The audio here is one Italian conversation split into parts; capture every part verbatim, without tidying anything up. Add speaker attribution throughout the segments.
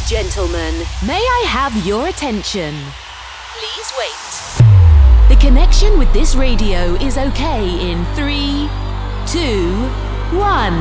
Speaker 1: Gentlemen, may I have your attention? Please wait. The connection with this radio is okay in three, two, one.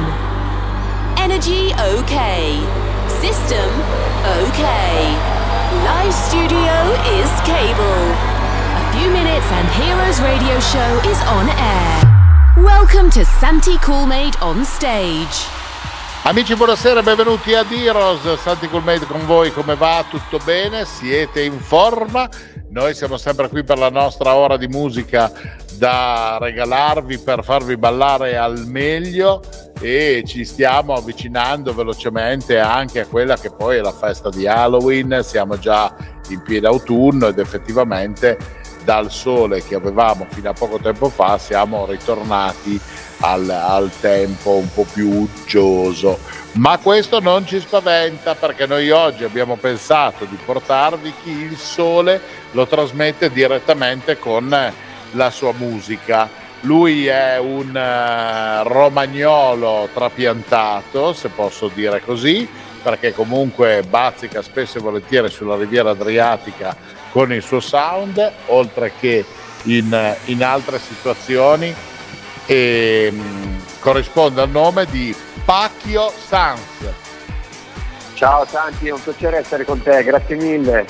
Speaker 1: Energy okay. System okay. Live studio is cable. A few minutes and Heroes Radio Show is on air. Welcome to Santi Coolmade on stage.
Speaker 2: Amici, buonasera, benvenuti a Heroes. Santi Coolmade con voi, come va? Tutto bene? Siete in forma? Noi siamo sempre qui per la nostra ora di musica da regalarvi per farvi ballare al meglio e ci stiamo avvicinando velocemente anche a quella che poi è la festa di Halloween. Siamo già in pieno autunno ed effettivamente dal sole che avevamo fino a poco tempo fa siamo ritornati al, al tempo un po' più uggioso, ma questo non ci spaventa perché noi oggi abbiamo pensato di portarvi chi il sole lo trasmette direttamente con la sua musica. Lui è un uh, romagnolo trapiantato, se posso dire così, perché comunque bazzica spesso e volentieri sulla riviera Adriatica con il suo sound, oltre che in, in altre situazioni, e mh, corrisponde al nome di Pacchio Sans.
Speaker 3: Ciao Santi, è un piacere essere con te, grazie mille.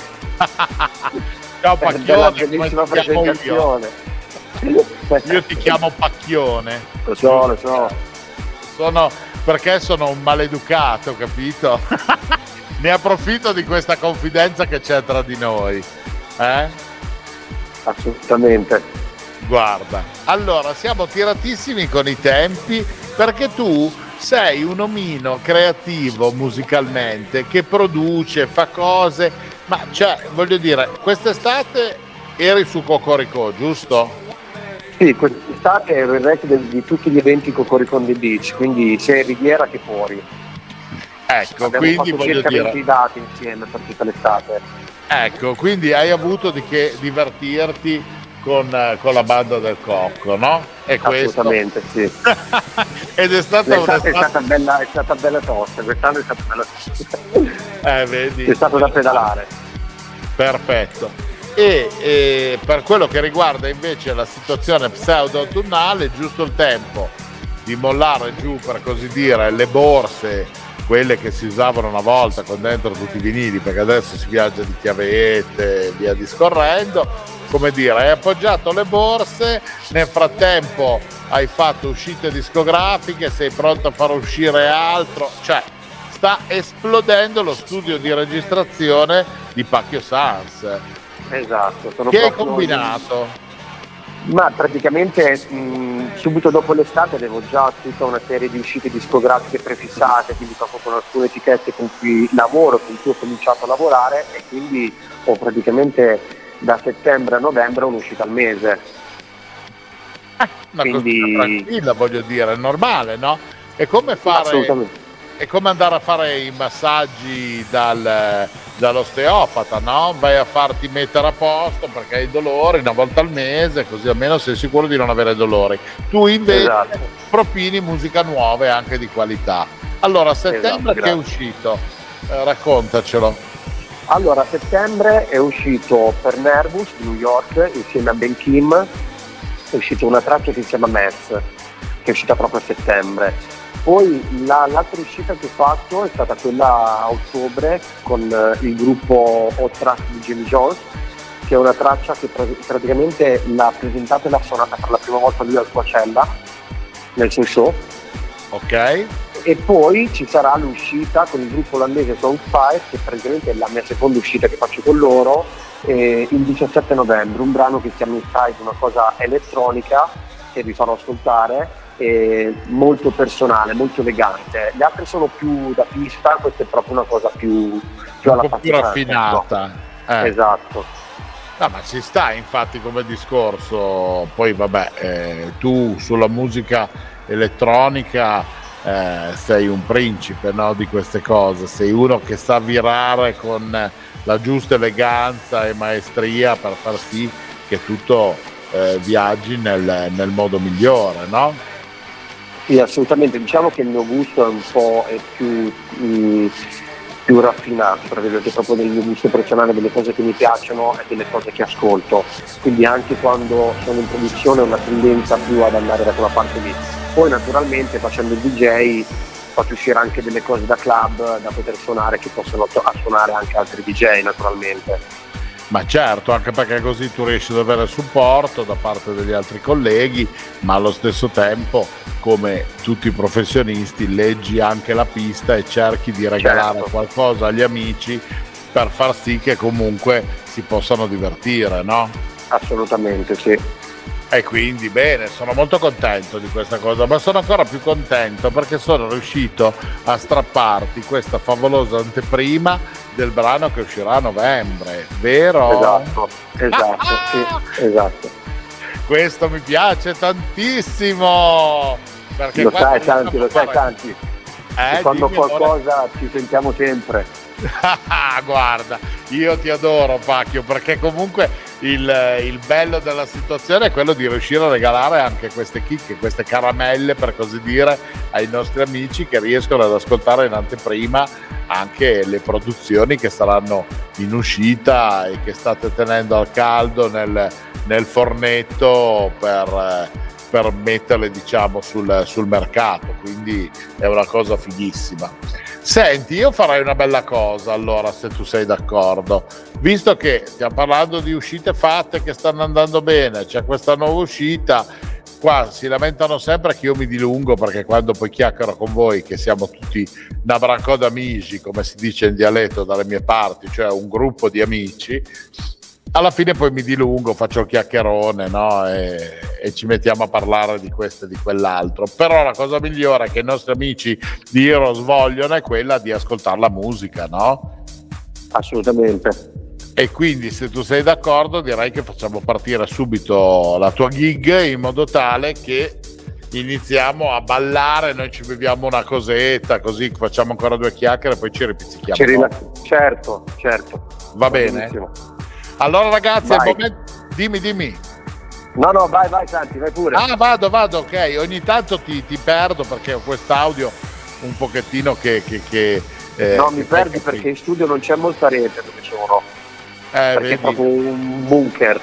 Speaker 2: Ciao Pacchione,
Speaker 3: bellissima presentazione.
Speaker 2: Io? io ti chiamo Pacchione.
Speaker 3: Lo so, lo so.
Speaker 2: Sono, perché sono un maleducato, capito? Ne approfitto di questa confidenza che c'è tra di noi. Eh?
Speaker 3: Assolutamente.
Speaker 2: Guarda, allora siamo tiratissimi con i tempi perché tu sei un omino creativo musicalmente che produce, fa cose, ma cioè voglio dire, quest'estate eri su Cocorico, giusto?
Speaker 3: Sì, quest'estate ero il resto di tutti gli eventi Cocorico on the Beach, quindi sia in riviera che fuori.
Speaker 2: Ecco,
Speaker 3: abbiamo
Speaker 2: quindi
Speaker 3: fatto
Speaker 2: voglio
Speaker 3: circa
Speaker 2: dire,
Speaker 3: venti dati insieme per tutta l'estate.
Speaker 2: Ecco, quindi hai avuto di che divertirti con, con la banda del Cocco, no? E
Speaker 3: assolutamente,
Speaker 2: questo...
Speaker 3: sì.
Speaker 2: Ed è stata
Speaker 3: l'estate è stata bella, è stata bella tosta, quest'anno è stata bella tosta.
Speaker 2: Eh, vedi?
Speaker 3: C'è stato da pedalare.
Speaker 2: Perfetto. E, e per quello che riguarda invece la situazione pseudo-autunnale, giusto il tempo di mollare giù, per così dire, le borse, quelle che si usavano una volta con dentro tutti i vinili, perché adesso si viaggia di chiavette e via discorrendo. Come dire, hai appoggiato le borse, nel frattempo hai fatto uscite discografiche, sei pronto a far uscire altro, cioè sta esplodendo lo studio di registrazione di Pacchio Sans.
Speaker 3: Esatto. Sono
Speaker 2: che hai combinato?
Speaker 3: Ma praticamente mh, subito dopo l'estate avevo già tutta una serie di uscite discografiche prefissate, quindi proprio con alcune etichette con cui lavoro, con cui ho cominciato a lavorare, e quindi ho praticamente da settembre a novembre un'uscita al mese.
Speaker 2: Eh, una
Speaker 3: quindi
Speaker 2: cosa tranquilla, voglio dire, è normale, no? È come fare,
Speaker 3: assolutamente.
Speaker 2: È come andare a fare i massaggi dal, dall'osteopata, no? Vai a farti mettere a posto perché hai dolori una volta al mese, così almeno sei sicuro di non avere dolori. Tu invece
Speaker 3: esatto.
Speaker 2: propini musica nuova e anche di qualità. Allora, a settembre
Speaker 3: esatto,
Speaker 2: che è uscito? Eh, raccontacelo.
Speaker 3: Allora, a settembre è uscito Per Nervous di New York insieme a Ben Kim, è uscita una traccia che si chiama Mess, che è uscita proprio a settembre. Poi la, l'altra uscita che ho fatto è stata quella a ottobre con uh, il gruppo Hot Track di Jamie Jones, che è una traccia che pr- praticamente l'ha presentata e l'ha suonata per la prima volta lui al Coachella, nel suo show.
Speaker 2: Ok.
Speaker 3: E poi ci sarà l'uscita con il gruppo olandese Soundfire, che praticamente è la mia seconda uscita che faccio con loro, eh, il diciassette novembre, un brano che si chiama Inside, una cosa elettronica che vi farò ascoltare, eh, molto personale, molto elegante. Gli altri sono più da pista, questa è proprio una cosa più, più alla
Speaker 2: più raffinata.
Speaker 3: Eh. Esatto.
Speaker 2: No, ma ci sta infatti come discorso. Poi vabbè, eh, tu sulla musica elettronica Eh, sei un principe, no, di queste cose, sei uno che sa virare con la giusta eleganza e maestria per far sì che tutto eh, viaggi nel, nel modo migliore, no?
Speaker 3: Sì, assolutamente, diciamo che il mio gusto è un po' è più, mh, più più raffinato, per vedere proprio del mio gusto personale, delle cose che mi piacciono e delle cose che ascolto, quindi anche quando sono in produzione ho una tendenza più ad andare da quella parte lì. Poi naturalmente facendo il D J faccio uscire anche delle cose da club da poter suonare, che possono to- a suonare anche altri D J naturalmente.
Speaker 2: Ma certo, anche perché così tu riesci ad avere supporto da parte degli altri colleghi, ma allo stesso tempo, come tutti i professionisti, leggi anche la pista e cerchi di regalare
Speaker 3: Certo.
Speaker 2: qualcosa agli amici per far sì che comunque si possano divertire, no?
Speaker 3: Assolutamente sì.
Speaker 2: E quindi bene, sono molto contento di questa cosa, ma sono ancora più contento perché sono riuscito a strapparti questa favolosa anteprima del brano che uscirà a novembre, vero?
Speaker 3: Esatto, esatto, sì, esatto.
Speaker 2: Questo mi piace tantissimo, perché
Speaker 3: Lo
Speaker 2: quando
Speaker 3: sai
Speaker 2: iniziamo
Speaker 3: Santi,
Speaker 2: a
Speaker 3: lo sai
Speaker 2: fare-
Speaker 3: Santi,
Speaker 2: Eh,
Speaker 3: e quando
Speaker 2: dimmi, amore.
Speaker 3: qualcosa ci sentiamo sempre.
Speaker 2: Guarda, io ti adoro Pacchio, perché comunque il, il bello della situazione è quello di riuscire a regalare anche queste chicche, queste caramelle per così dire ai nostri amici che riescono ad ascoltare in anteprima anche le produzioni che saranno in uscita e che state tenendo al caldo nel, nel fornetto per, per metterle diciamo sul, sul mercato, quindi è una cosa fighissima. Senti, io farei una bella cosa allora, se tu sei d'accordo, visto che stiamo parlando di uscite fatte che stanno andando bene, c'è questa nuova uscita, qua si lamentano sempre che io mi dilungo perché quando poi chiacchiero con voi, che siamo tutti una brancò d'amici, come si dice in dialetto dalle mie parti, cioè un gruppo di amici, alla fine poi mi dilungo, faccio il chiacchierone, no? E, e ci mettiamo a parlare di questo e di quell'altro. Però la cosa migliore che i nostri amici di Heroes vogliono è quella di ascoltare la musica, no?
Speaker 3: Assolutamente.
Speaker 2: E quindi se tu sei d'accordo direi che facciamo partire subito la tua gig in modo tale che iniziamo a ballare, noi ci beviamo una cosetta, così facciamo ancora due chiacchiere e poi ci ripizzichiamo.
Speaker 3: Ci rila- certo, certo.
Speaker 2: Va bene?
Speaker 3: Benissimo.
Speaker 2: Allora ragazzi, è il
Speaker 3: Vai.
Speaker 2: momento... dimmi, dimmi.
Speaker 3: No, no, vai, vai Santi, vai pure.
Speaker 2: Ah, vado, vado, ok. Ogni tanto ti, ti perdo perché ho quest'audio un pochettino che... che, che eh,
Speaker 3: no,
Speaker 2: che
Speaker 3: mi
Speaker 2: fai
Speaker 3: perdi
Speaker 2: capire.
Speaker 3: perché in studio non c'è molta rete dove sono,
Speaker 2: Eh,
Speaker 3: perché
Speaker 2: vedi?
Speaker 3: è proprio un bunker,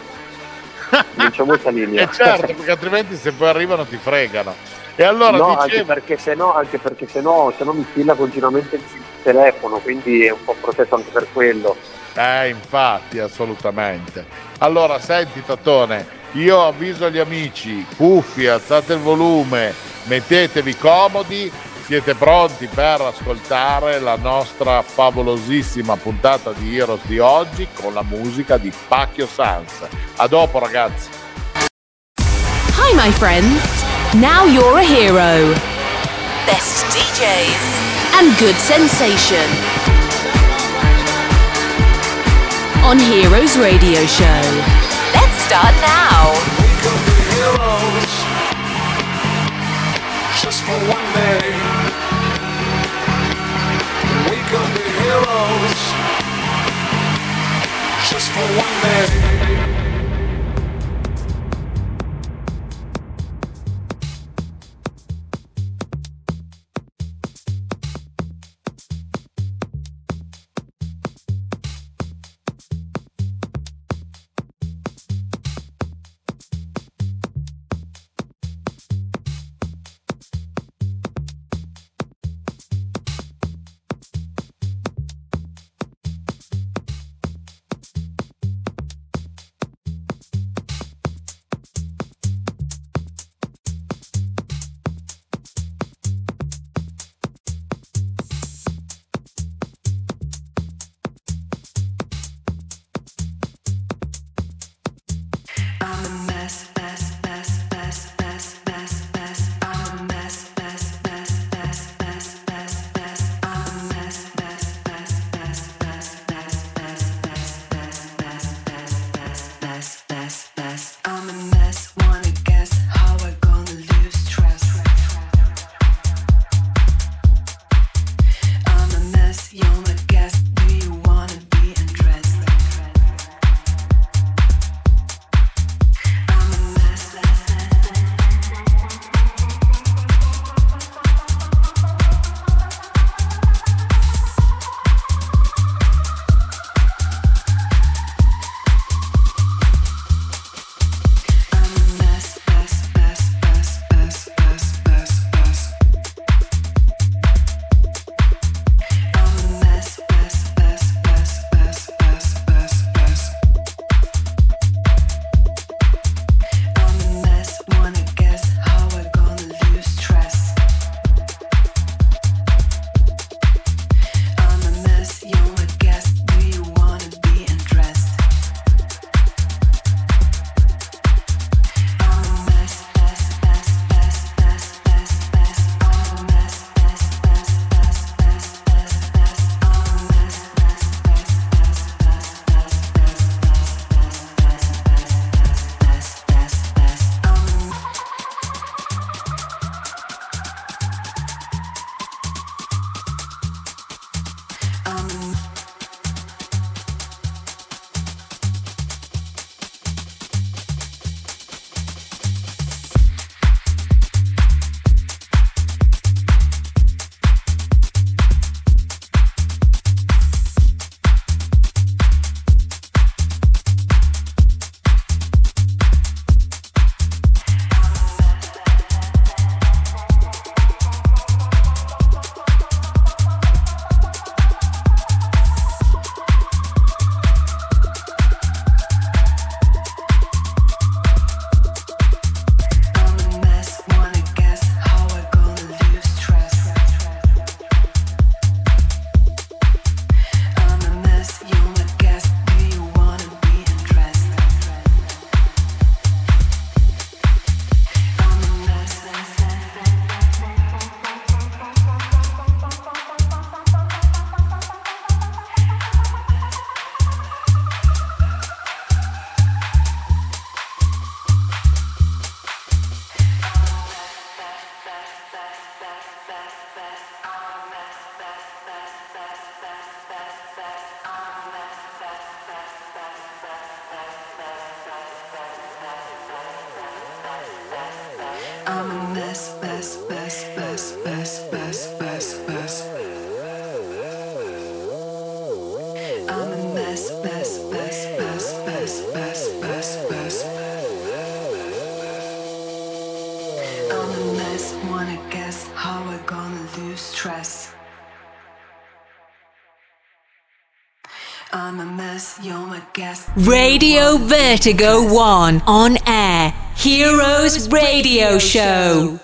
Speaker 3: non c'è molta linea.
Speaker 2: Eh certo, perché altrimenti se poi arrivano ti fregano. E allora
Speaker 3: no, anche
Speaker 2: dicevo...
Speaker 3: perché se no, anche perché se no, se no mi fila continuamente il telefono, quindi è un po' protetto anche per quello.
Speaker 2: Eh, infatti, assolutamente. Allora, senti Tatone, io avviso gli amici, cuffie, alzate il volume, mettetevi comodi, siete pronti per ascoltare la nostra favolosissima puntata di Heroes di oggi con la musica di Pacchio Sans. A dopo ragazzi.
Speaker 1: Hi, my friends. Now you're a hero. Best D Js and good sensation. On Heroes Radio Show. Let's start now.
Speaker 4: We could be heroes just for one day. We could be heroes just for one day.
Speaker 5: mess, mess, mess, mess, mess, mess, mess, mess. I'm a mess, mess, mess, mess, mess, mess, mess, mess. I'm a mess, wanna guess how we're gonna lose stress. I'm a mess, you're my guest.
Speaker 1: Radio Vertigo One on air. Heroes Radio Show.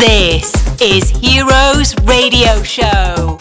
Speaker 1: This is Heroes Radio Show.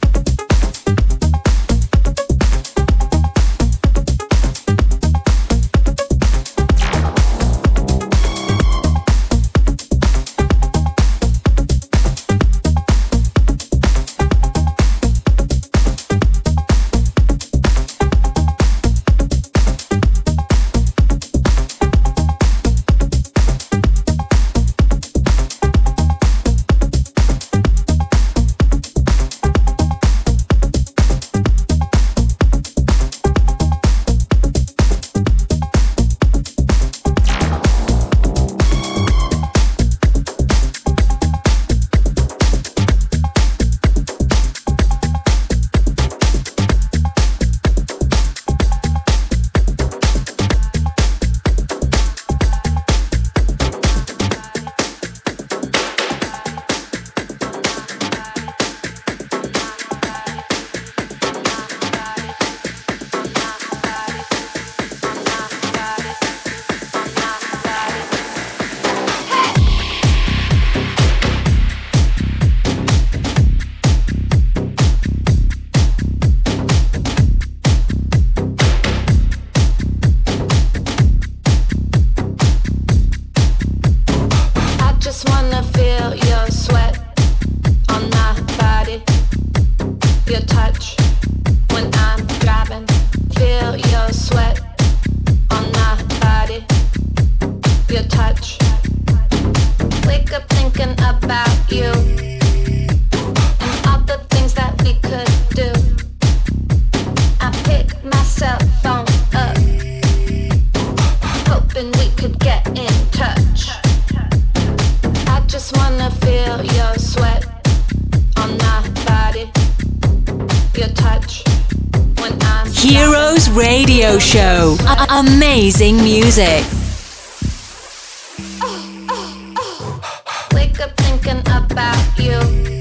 Speaker 1: Show. A- amazing music.
Speaker 6: Wake up thinking about you.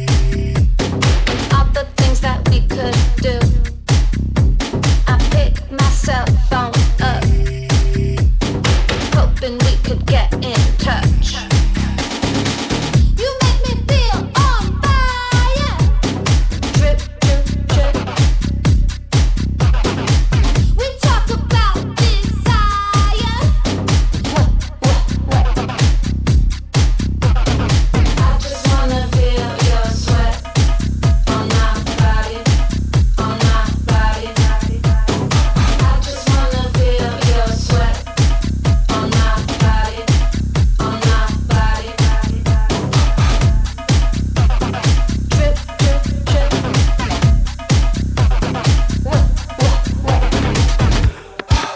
Speaker 6: All the things that we could do. I pick my cell phone up, hoping we could get in touch. You make me feel on fire. Drip, drip, drip. We talk about desire. What, what, what? I just wanna feel your sweat on my body, on my body. I just wanna feel your sweat on my body, on my body. Drip, drip, drip. What, what, what?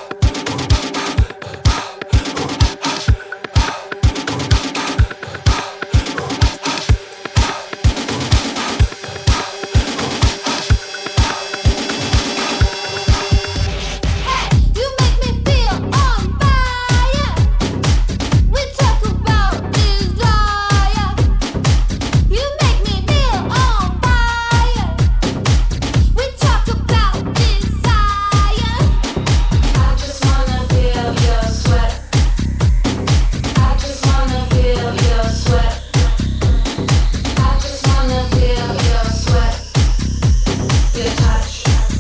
Speaker 6: You make me feel on fire. We talk about desire. You make me feel on fire. We talk about desire. I just wanna feel your sweat. I just wanna feel your sweat. I just wanna feel your sweat. Your touch.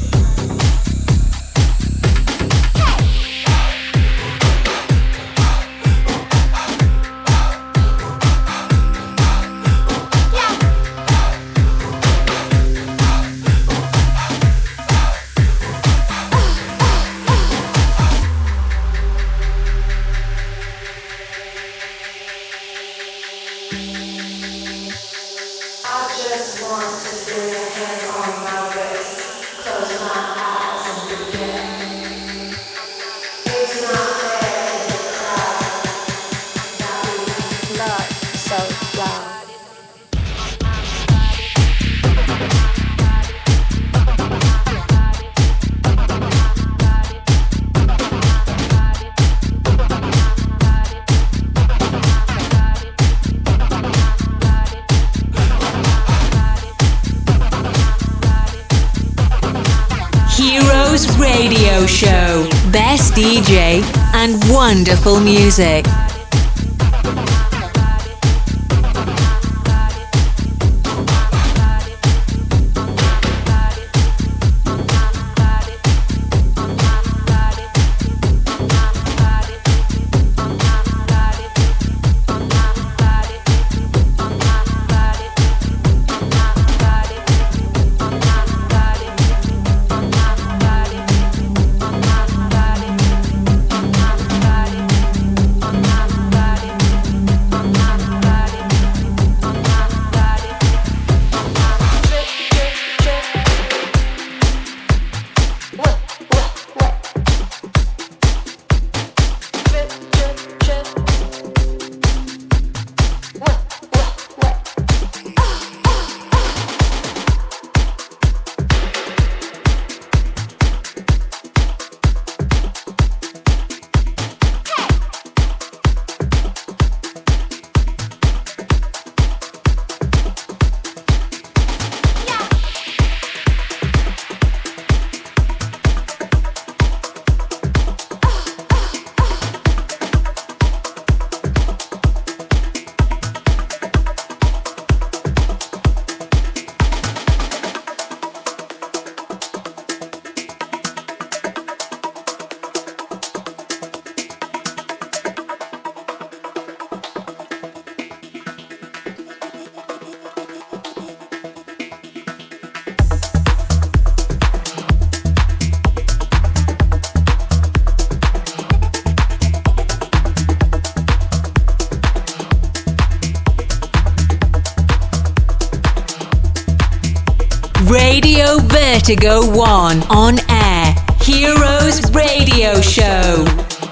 Speaker 1: Heroes Radio Show. Best D J and wonderful music. Radio Vertigo One on air. Heroes Radio Show.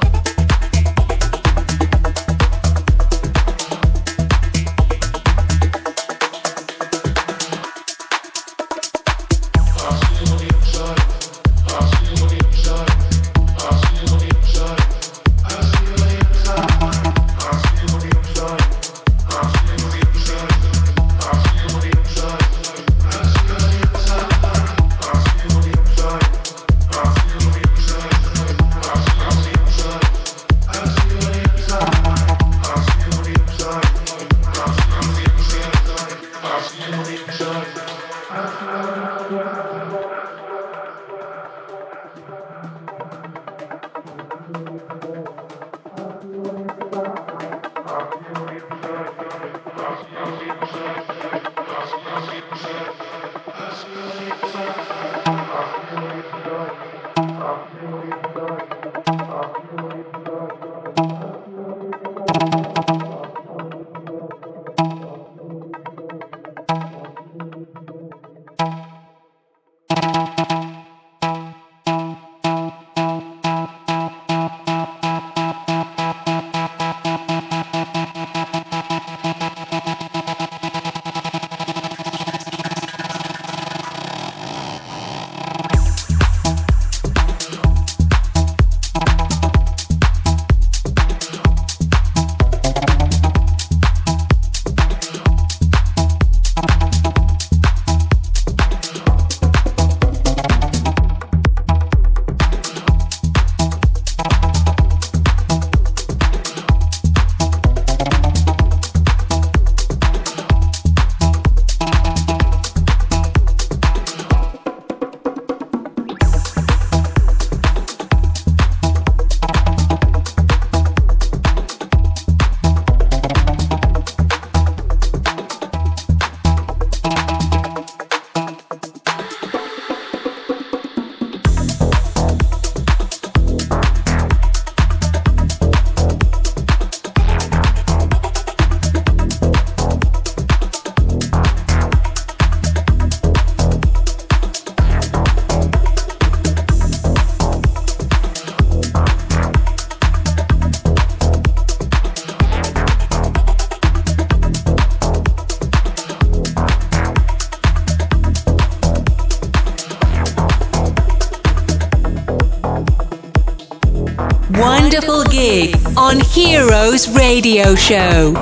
Speaker 1: Wonderful gig on Heroes Radio Show.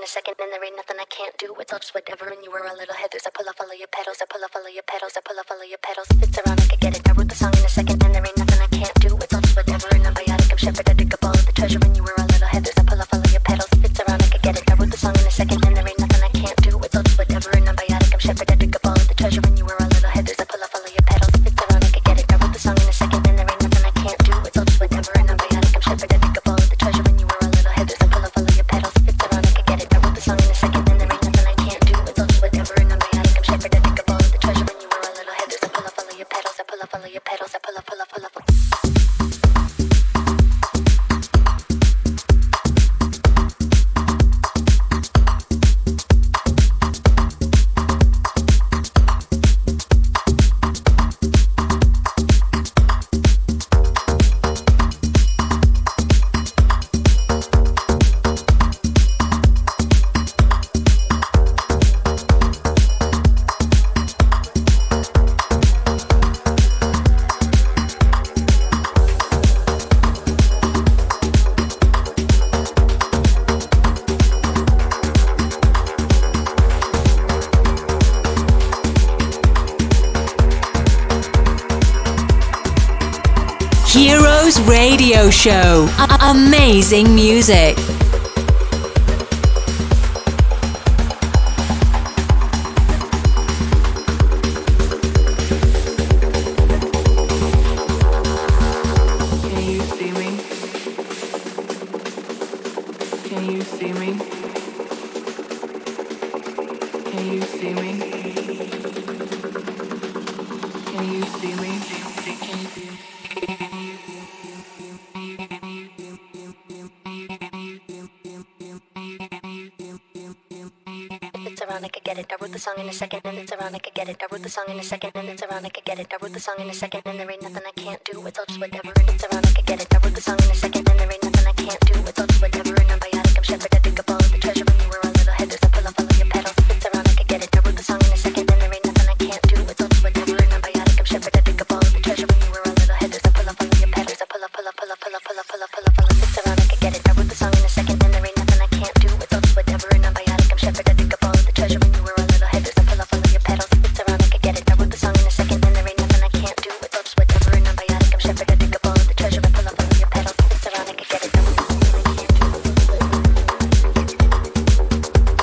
Speaker 7: in a second and there ain't nothing I can't do. It's all just whatever and you were a little head. There's a pull off all of your pedals, I pull off all of your pedals, I pull off all of your pedals. It's around, I could get it. I wrote the song in a second and there ain't nothing I can't do. It's all just whatever and I'm biotic, I'm shepherd, I dig up all of the treasure and you were a little head. There's a pull off all of your pedals. It's around, I could get it. I wrote the song in a second and there ain't nothing I can't do. It's all just whatever and I'm biotic, I'm shepherd, I dig up all of the treasure and you were a little head. There's a pull off all of your pedals. It's around, I could get it. I wrote the song in a second and there ain't nothing I can't do. It's all just whatever and I'm biotic, I'm shepherd, I dig up all of the treasure and you were a little head. There's a pull off all of your pedals. It's around, I could get it. I wrote the song in a second and there ain't nothing I can't do. It's all just whatever and I'm biotic, I'm shepherd, I dig up all of the treasure and you were a little head. There's a pull off all of your pedals. I pull off all of your pedals. I pull off, pull off, pull off.
Speaker 1: Heroes Radio Show. A- amazing music.
Speaker 5: Can you see me? Can you see me? Can you see me? Can you see me? Can you see me?
Speaker 7: I could get it. I wrote the song in a second and it's around, I could get it. I wrote the song in a second and it's around, I could get it. I wrote the song in a second and there ain't nothing I can't do. It's all just whatever and it's around, I could get it. I wrote the song in a second and there ain't nothing I can't do. It's all just whatever and I'm biotic, I'm shepherd, I dig up all of the treasure when you were a little head. There's a pull off all of your pedals. It's around, I could get it. I wrote the song in a second and there ain't nothing I can't do. It's all just whatever and I'm biotic, I'm shepherd, I dig up all of the treasure when you were a little head. There's a pull off all of your pedals. I pull off, pull off, pull off, pull off, pull off, pull off, pull off, pull off. It's around, I could get it. I wrote the song in a second and there ain't nothing I can't do. It's all just whatever and I'm biotic, I'm shepherd, I dig up all of the treasure when you were a little head. There's a pull off all of your pedals. It's around, I could get it. I wrote the song in a second and there ain't nothing I can't do. It's all just whatever and I'm biotic, I'm shepherd, I dig up all of the treasure. I pull off all of your pedals. It's around, I could get it. I wrote the song in a second and there ain't nothing I can't do. It's all just whatever and I'm biotic, I'm shepherd, I dig up all of the treasure.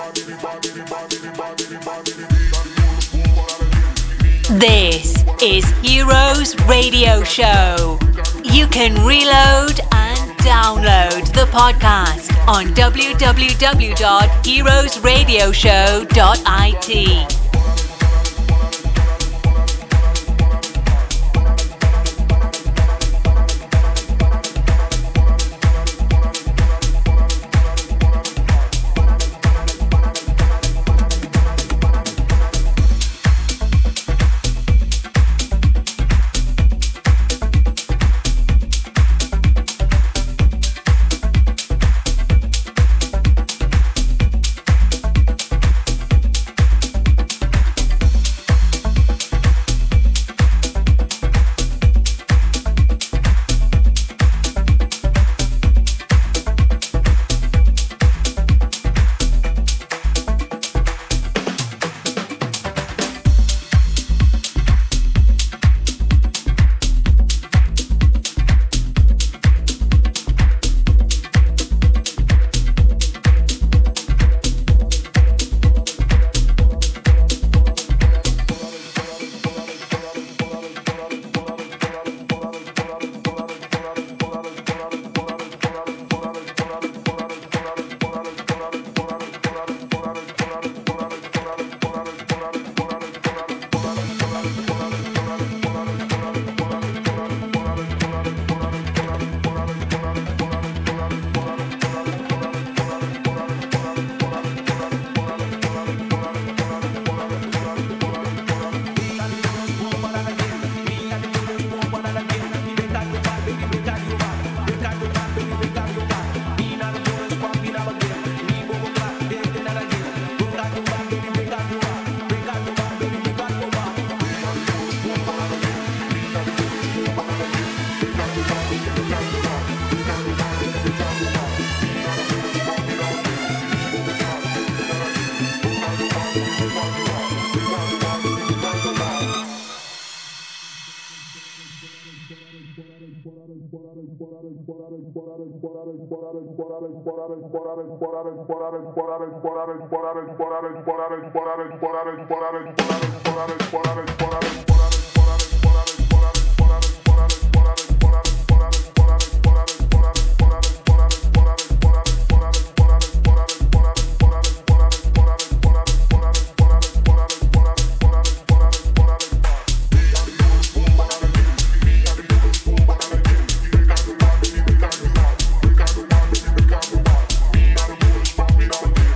Speaker 8: This is Heroes Radio Show. You can reload and download the podcast on w w w dot heroes radio show dot i t.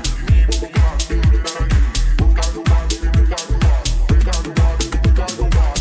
Speaker 9: Got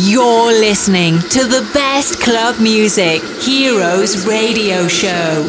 Speaker 8: You're listening to the best club music, Heroes Radio Show.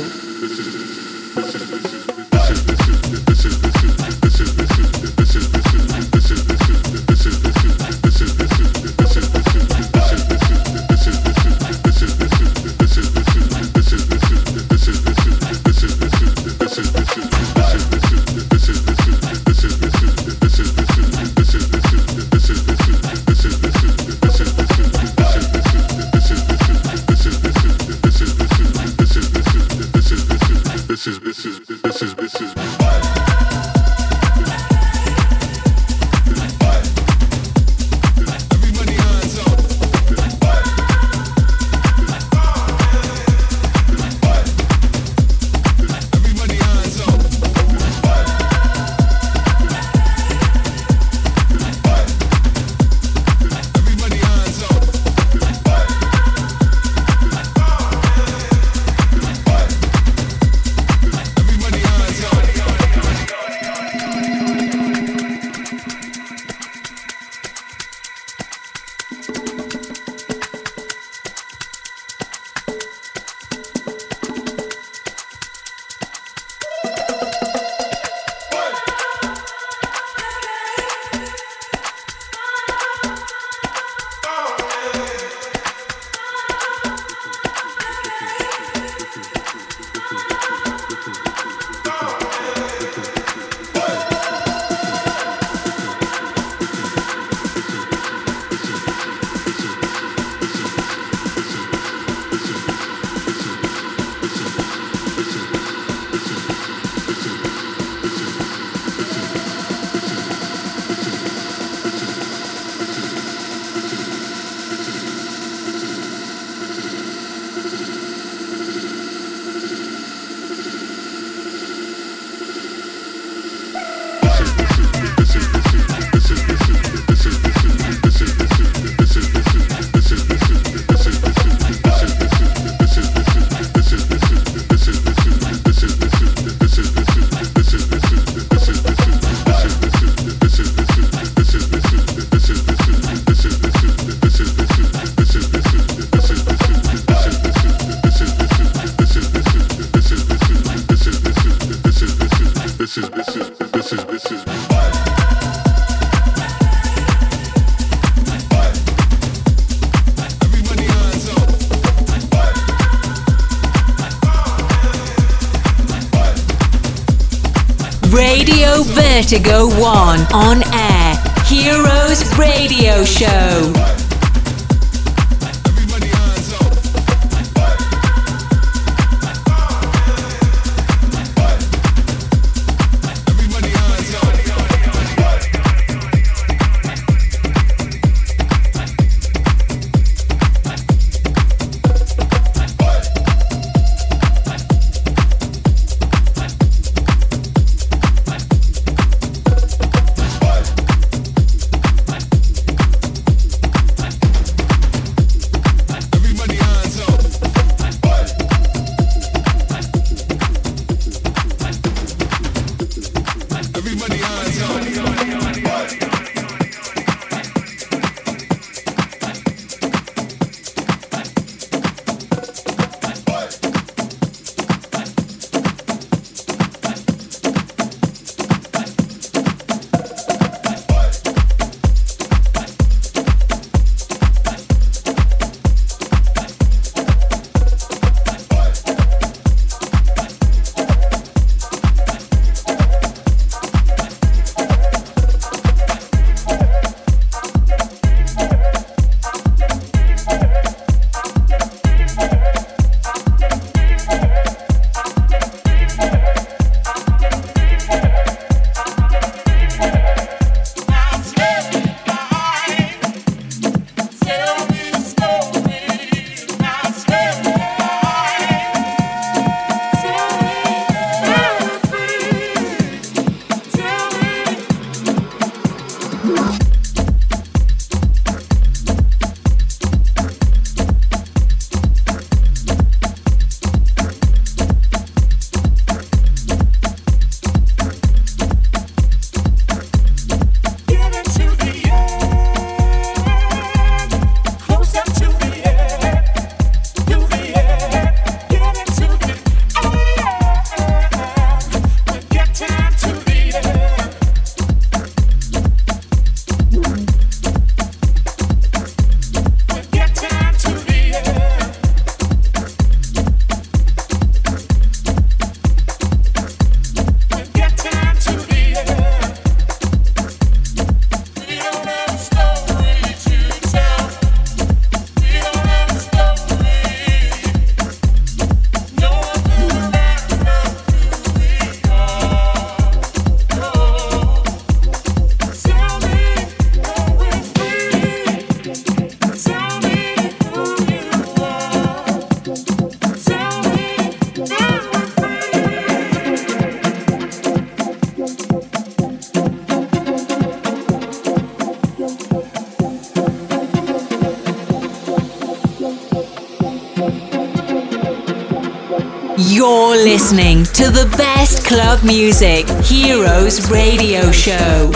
Speaker 8: Radio Vertigo One on air. Heroes Radio Show. You're listening to the best club music, Heroes Radio Show.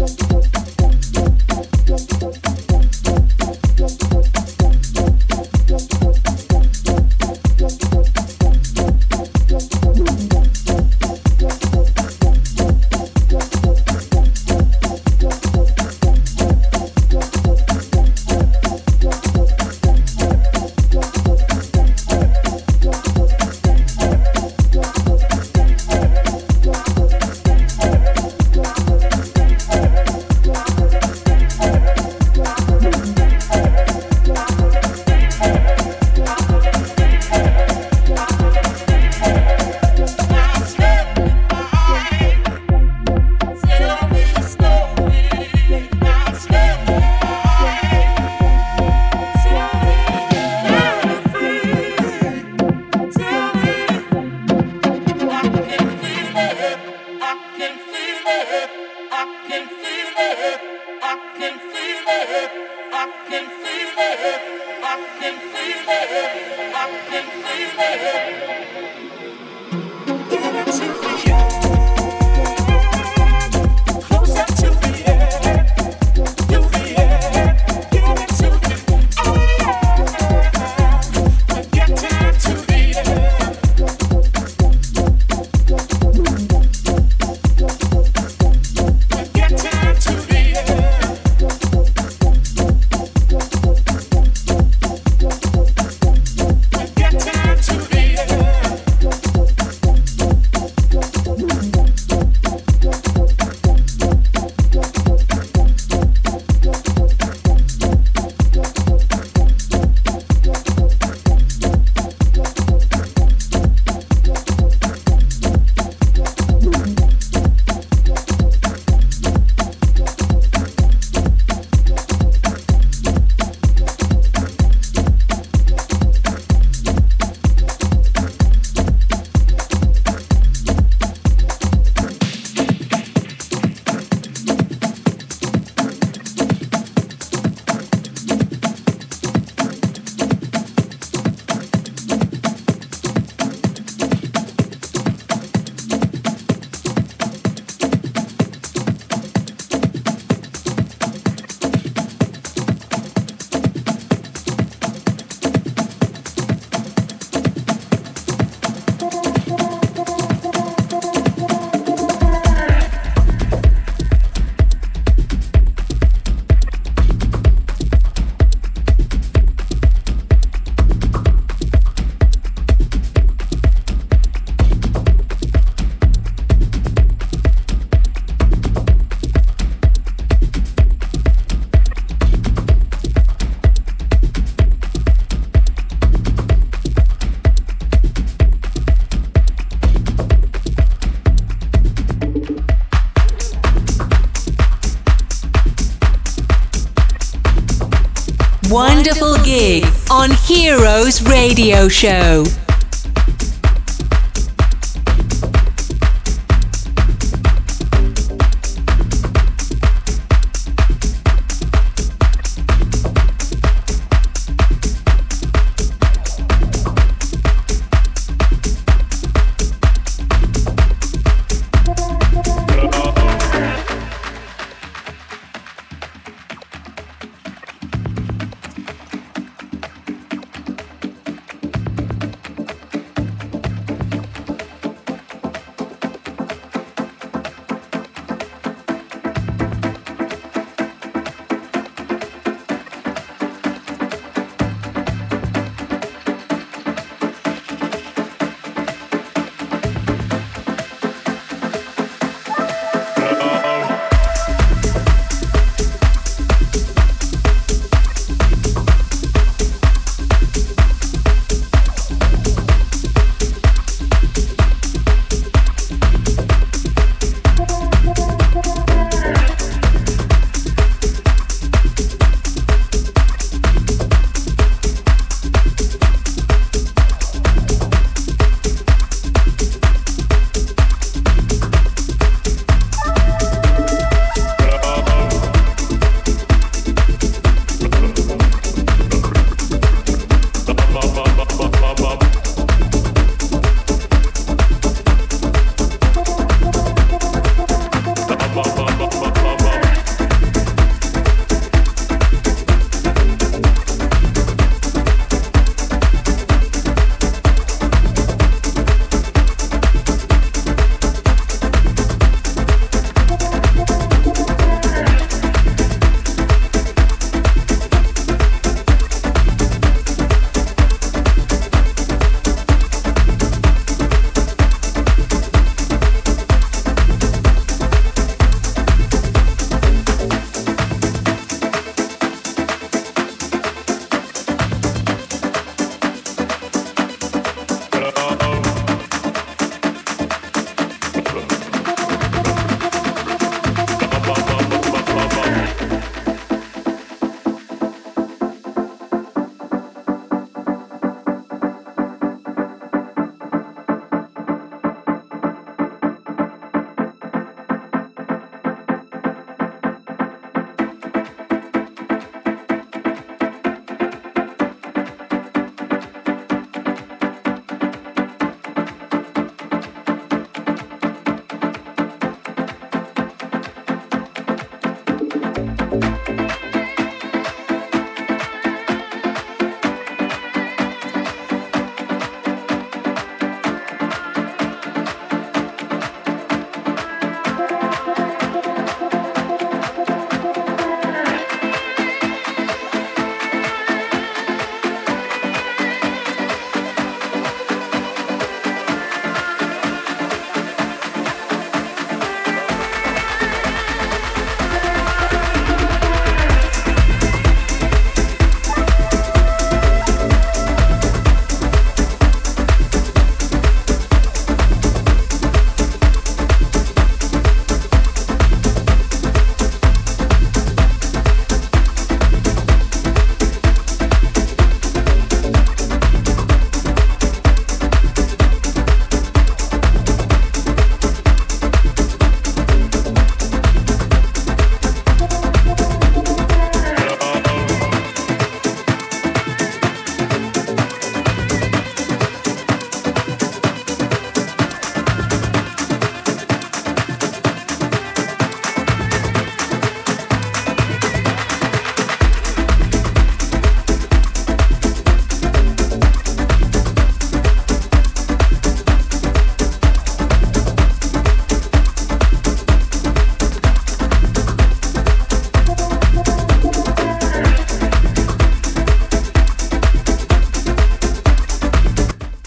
Speaker 8: Wonderful gig on Heroes Radio Show.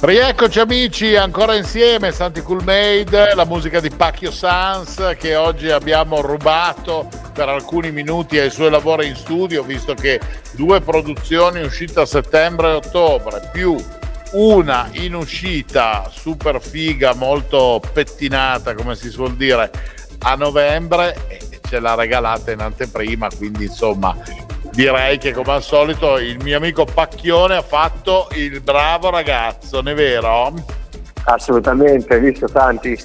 Speaker 2: Rieccoci amici, ancora insieme, Santi Cool Made, la musica di Pacchio Sans che oggi abbiamo rubato per alcuni minuti ai suoi lavori in studio, visto che due produzioni uscite a settembre e ottobre, più una in uscita super figa, molto pettinata come si suol dire, a novembre, e ce l'ha regalata in anteprima, quindi insomma direi che come al solito il mio amico Pacchione ha fatto il bravo ragazzo, non è vero?
Speaker 3: Assolutamente, hai visto Santi?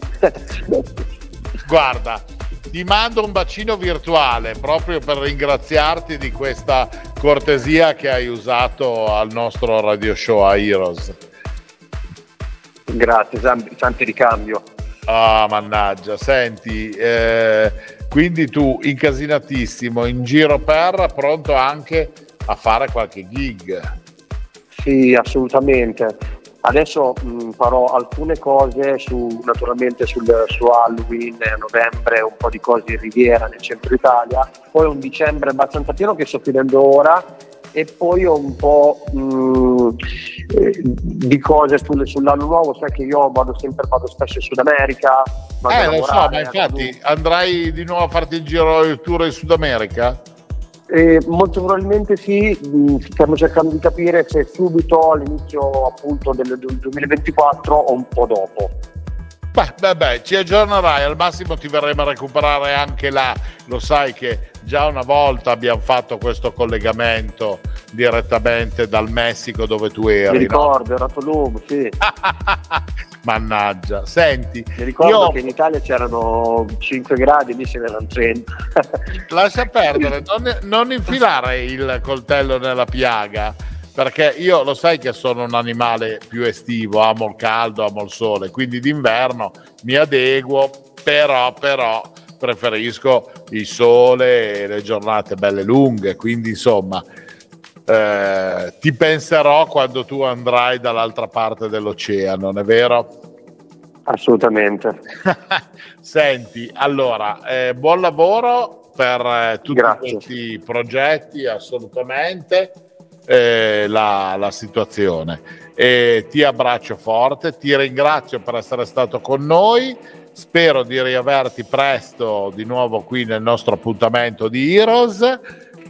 Speaker 2: Guarda, ti mando un bacino virtuale proprio per ringraziarti di questa cortesia che hai usato al nostro radio show a Heroes.
Speaker 3: Grazie, Santi, Santi ricambio.
Speaker 2: Ah, mannaggia, senti, eh, quindi tu incasinatissimo, in giro per, pronto anche a fare qualche gig.
Speaker 3: Sì, assolutamente. Adesso mh, farò alcune cose su, naturalmente sul, su Halloween, a novembre un po' di cose in Riviera nel centro Italia, poi un dicembre abbastanza pieno che sto chiudendo ora, e poi ho un po' mh, eh, di cose sul, sull'anno nuovo. Sai che io vado sempre, vado spesso in Sud America. Vado
Speaker 2: Eh
Speaker 3: a
Speaker 2: lo so,
Speaker 3: lavorare,
Speaker 2: ma infatti andrai di nuovo a farti il giro, il tour in Sud America?
Speaker 3: Eh, molto probabilmente sì, mh, stiamo cercando di capire se subito all'inizio appunto del, del duemilaventiquattro o un po' dopo.
Speaker 2: Beh, beh, beh, ci aggiornerai, al massimo ti verremo a recuperare anche là, lo sai che già una volta abbiamo fatto questo collegamento direttamente dal Messico dove tu eri.
Speaker 3: Mi ricordo,
Speaker 2: no?
Speaker 3: era Tulum, sì.
Speaker 2: Mannaggia, senti,
Speaker 3: Mi ricordo
Speaker 2: io...
Speaker 3: che in Italia c'erano cinque gradi, lì ce n'erano trenta.
Speaker 2: Lascia perdere, non, non infilare il coltello nella piaga, perché io lo sai che sono un animale più estivo, amo il caldo, amo il sole, quindi d'inverno mi adeguo, però, però preferisco il sole e le giornate belle lunghe, quindi insomma eh, ti penserò quando tu andrai dall'altra parte dell'oceano, non è vero?
Speaker 3: Assolutamente.
Speaker 2: Senti, allora, eh, buon lavoro per eh, tutti
Speaker 3: Grazie.
Speaker 2: questi progetti, assolutamente. Eh, la, la situazione, e ti abbraccio forte, ti ringrazio per essere stato con noi, spero di riaverti presto di nuovo qui nel nostro appuntamento di Heroes,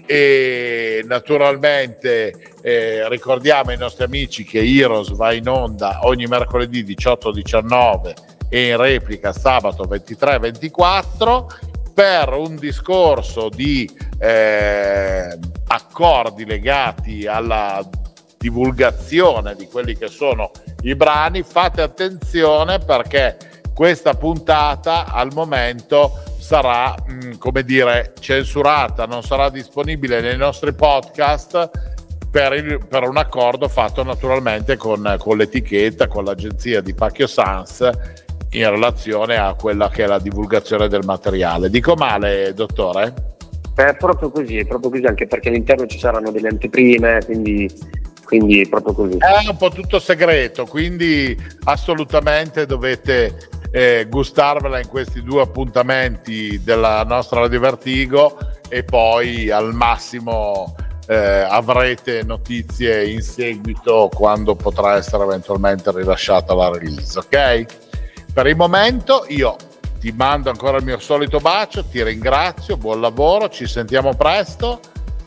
Speaker 2: e naturalmente eh, ricordiamo ai nostri amici che Heroes va in onda ogni mercoledì diciotto diciannove e in replica sabato ventitré ventiquattro per un discorso di eh, accordi legati alla divulgazione di quelli che sono i brani. Fate attenzione perché questa puntata al momento sarà, mh, come dire, censurata, non sarà disponibile nei nostri podcast per, il, per un accordo fatto naturalmente con, con l'etichetta, con l'agenzia di Pacchio Sans, in relazione a quella che è la divulgazione del materiale. Dico male, dottore?
Speaker 3: È proprio così, è proprio così, anche perché all'interno ci saranno delle anteprime, quindi, quindi è proprio così.
Speaker 2: È un po' tutto segreto, quindi assolutamente dovete eh, gustarvela in questi due appuntamenti della nostra Radio Vertigo, e poi al massimo eh, avrete notizie in seguito quando potrà essere eventualmente rilasciata la release, ok? Per il momento io ti mando ancora il mio solito bacio, ti ringrazio, buon lavoro, ci sentiamo presto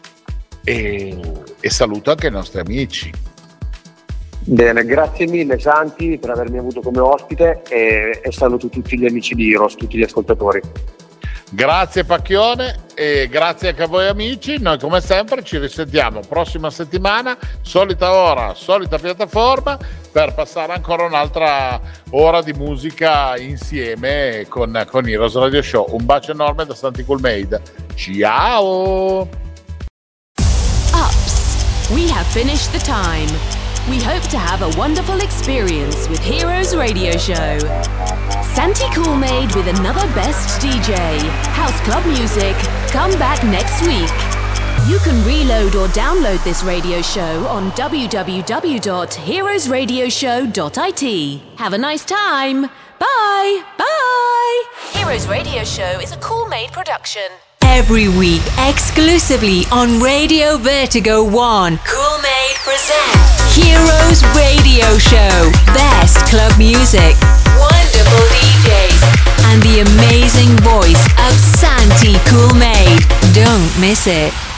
Speaker 2: e, e saluto anche i nostri amici.
Speaker 3: Bene, grazie mille Santi per avermi avuto come ospite, e, e saluto tutti gli amici di Heroes, tutti gli ascoltatori.
Speaker 2: Grazie Pacchione, e grazie anche a voi amici. Noi come sempre ci risentiamo prossima settimana, solita ora, solita piattaforma, per passare ancora un'altra ora di musica insieme con, con Heroes Radio Show. Un bacio enorme da Santi Cool Made. Ciao!
Speaker 1: Ups, we have finished the time. We hope to have a wonderful experience with Heroes Radio Show. Santi Cool Made with another best D J. House club music. Come back next week. You can reload or download this radio show on w w w dot heroes radio show dot i t. Have a nice time. Bye. Bye. Heroes Radio Show is a Cool Made production.
Speaker 8: Every week, exclusively on Radio Vertigo One. Cool Made present Heroes Radio Show. Best club music, wonderful D Js, and the amazing voice of Santi Coolmade. Don't miss it.